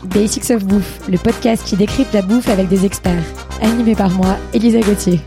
Basics of Bouffe, le podcast qui décrypte la bouffe avec des experts. Animé par moi, Elisa Gauthier.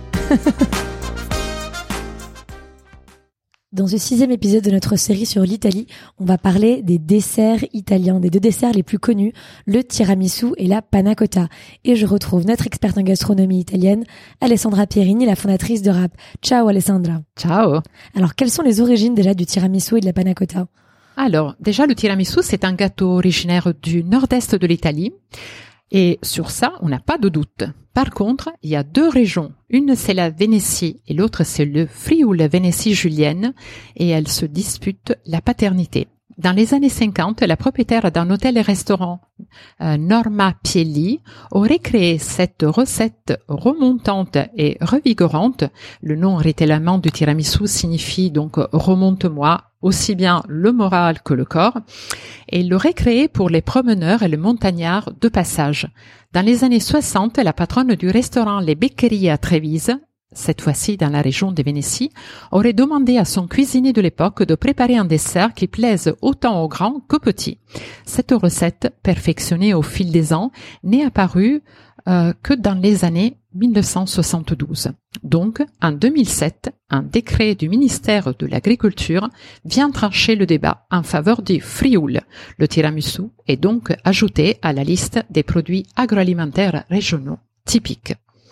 Dans ce 6e épisode de notre série sur l'Italie, on va parler des desserts italiens, des deux desserts les plus connus, le tiramisu et la panna cotta. Et je retrouve notre experte en gastronomie italienne, Alessandra Pierini, la fondatrice de Rap. Ciao Alessandra. Ciao. Alors, quelles sont les origines déjà du tiramisu et de la panna cotta ? Alors, déjà, le tiramisu, c'est un gâteau originaire du nord-est de l'Italie. Et sur ça, on n'a pas de doute. Par contre, il y a deux régions. Une, c'est la Vénétie et l'autre, c'est le Frioul-Vénétie julienne. Et elles se disputent la paternité. Dans les années 50, la propriétaire d'un hôtel et restaurant, Norma Pielli, aurait créé cette recette remontante et revigorante. Le nom littéralement du tiramisu signifie donc remonte-moi, aussi bien le moral que le corps. Et il l'aurait créé pour les promeneurs et les montagnards de passage. Dans les années 60, la patronne du restaurant Les Beccherie à Trévise, cette fois-ci dans la région de Vénétie, aurait demandé à son cuisinier de l'époque de préparer un dessert qui plaise autant aux grands qu'aux petits. Cette recette, perfectionnée au fil des ans, n'est apparue que dans les années 1972. Donc, en 2007, un décret du ministère de l'Agriculture vient trancher le débat en faveur du Frioul. Le tiramisu est donc ajouté à la liste des produits agroalimentaires régionaux typiques.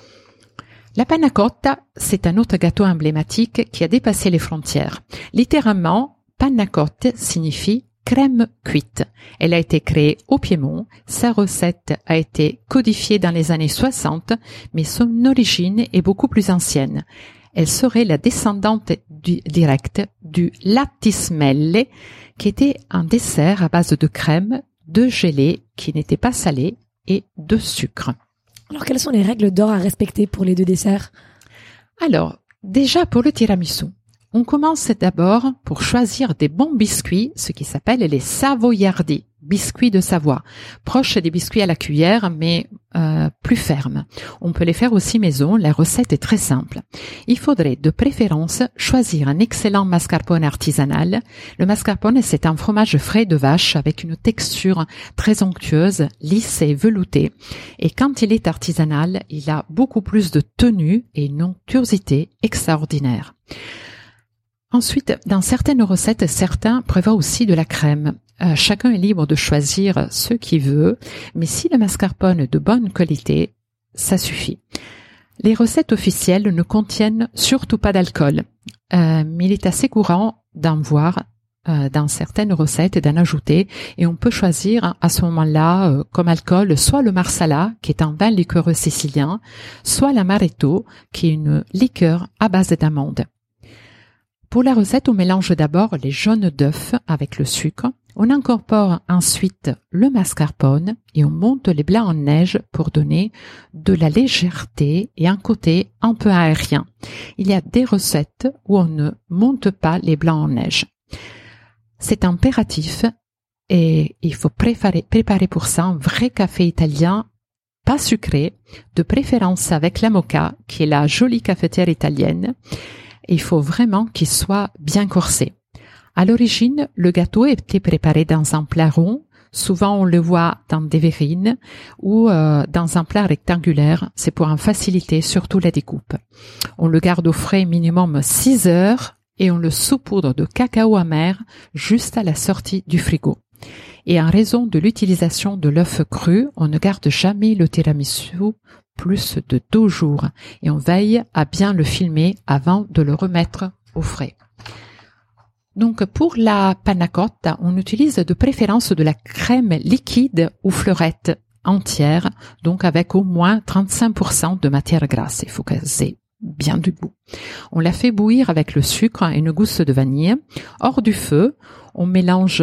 La panna cotta, c'est un autre gâteau emblématique qui a dépassé les frontières. Littéralement, panna cotta signifie crème cuite. Elle a été créée au Piémont. Sa recette a été codifiée dans les années 60, mais son origine est beaucoup plus ancienne. Elle serait la descendante directe du lattismelle, qui était un dessert à base de crème, de gelée qui n'était pas salée et de sucre. Alors, quelles sont les règles d'or à respecter pour les deux desserts ? Alors, déjà pour le tiramisu, on commence d'abord pour choisir des bons biscuits, ce qui s'appelle les savoiardi, biscuits de Savoie, proches des biscuits à la cuillère, mais plus fermes. On peut les faire aussi maison, la recette est très simple. Il faudrait de préférence choisir un excellent mascarpone artisanal. Le mascarpone, c'est un fromage frais de vache avec une texture très onctueuse, lisse et veloutée. Et quand il est artisanal, il a beaucoup plus de tenue et une onctuosité extraordinaire. Ensuite, dans certaines recettes, certains prévoient aussi de la crème. Chacun est libre de choisir ce qu'il veut, mais si le mascarpone est de bonne qualité, ça suffit. Les recettes officielles ne contiennent surtout pas d'alcool, mais il est assez courant d'en voir dans certaines recettes et d'en ajouter, et on peut choisir à ce moment-là comme alcool soit le marsala, qui est un vin liquoreux sicilien, soit l'amaretto, qui est une liqueur à base d'amandes. Pour la recette, on mélange d'abord les jaunes d'œufs avec le sucre. On incorpore ensuite le mascarpone et on monte les blancs en neige pour donner de la légèreté et un côté un peu aérien. Il y a des recettes où on ne monte pas les blancs en neige. C'est impératif et il faut préparer pour ça un vrai café italien, pas sucré, de préférence avec la moka, qui est la jolie cafetière italienne. Il faut vraiment qu'il soit bien corsé. À l'origine, le gâteau était préparé dans un plat rond. Souvent, on le voit dans des verrines ou dans un plat rectangulaire. C'est pour en faciliter surtout la découpe. On le garde au frais minimum 6 heures et on le saupoudre de cacao amer juste à la sortie du frigo. Et en raison de l'utilisation de l'œuf cru, on ne garde jamais le tiramisu plus de 2 jours et on veille à bien le filmer avant de le remettre au frais. Donc pour la panna cotta, on utilise de préférence de la crème liquide ou fleurette entière, donc avec au moins 35% de matière grasse. Il faut qu'elle ait bien du goût. On la fait bouillir avec le sucre et une gousse de vanille. Hors du feu, on mélange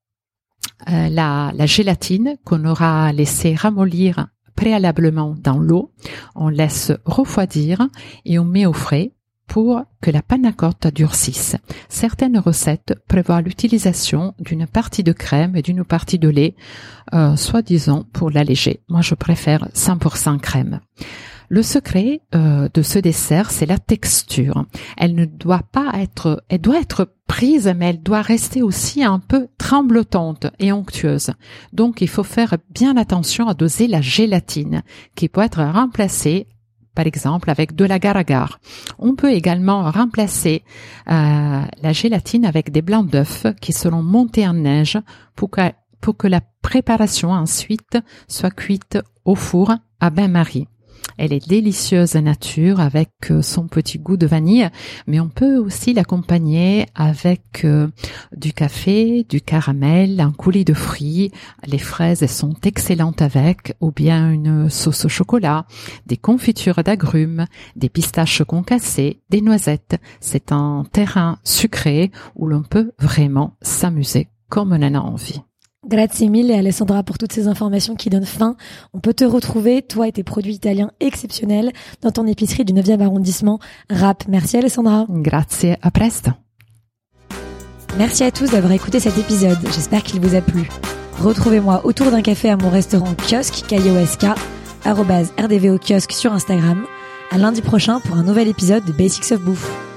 la gélatine qu'on aura laissé ramollir préalablement dans l'eau. On laisse refroidir et on met au frais pour que la panna cotta durcisse. Certaines recettes prévoient l'utilisation d'une partie de crème et d'une partie de lait, soi-disant pour l'alléger. Moi, je préfère 100% crème. Le secret de ce dessert, c'est la texture. Elle doit être prise, mais elle doit rester aussi un peu tremblotante et onctueuse. Donc, il faut faire bien attention à doser la gélatine, qui peut être remplacée par exemple avec de l'agar-agar. On peut également remplacer la gélatine avec des blancs d'œufs qui seront montés en neige pour que la préparation ensuite soit cuite au four à bain-marie. Elle est délicieuse nature avec son petit goût de vanille, mais on peut aussi l'accompagner avec du café, du caramel, un coulis de fruits. Les fraises sont excellentes avec, ou bien une sauce au chocolat, des confitures d'agrumes, des pistaches concassées, des noisettes. C'est un terrain sucré où l'on peut vraiment s'amuser comme on en a envie. Grazie mille Alessandra pour toutes ces informations qui donnent faim. On peut te retrouver, toi et tes produits italiens exceptionnels, dans ton épicerie du 9e arrondissement, Rapp. Merci Alessandra. Grazie, a presto. Merci à tous d'avoir écouté cet épisode, j'espère qu'il vous a plu. Retrouvez-moi autour d'un café à mon restaurant kiosque, KIOSK, @RDVO kiosque sur Instagram. À lundi prochain pour un nouvel épisode de Basics of Bouffe.